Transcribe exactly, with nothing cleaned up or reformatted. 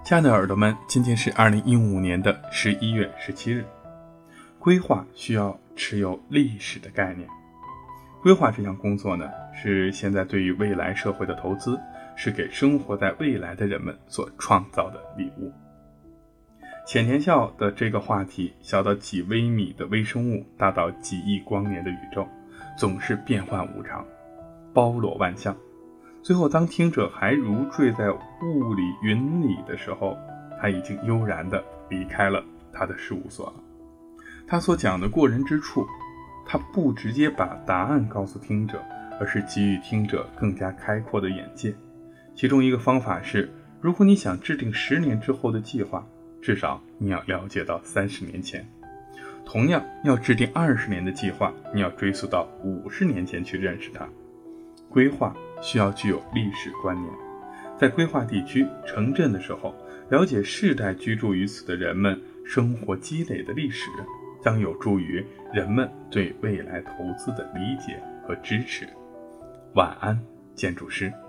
亲爱的耳朵们，今天是二零一五年的十一月十七日。规划需要持有历史的概念。规划这项工作呢，是现在对于未来社会的投资，是给生活在未来的人们所创造的礼物。浅田孝的这个话题，小到几微米的微生物，大到几亿光年的宇宙，总是变幻无常，包罗万象。最后当听者还如坠在雾里云里的时候，他已经悠然地离开了他的事务所了。他所讲的过人之处，他不直接把答案告诉听者，而是给予听者更加开阔的眼界。其中一个方法是，如果你想制定十年之后的计划，至少你要了解到三十年前。同样，要制定二十年的计划，你要追溯到五十年前去认识它。规划需要具有历史观念，在规划地区、城镇的时候，了解世代居住于此的人们生活积累的历史，将有助于人们对未来投资的理解和支持。晚安，建筑师。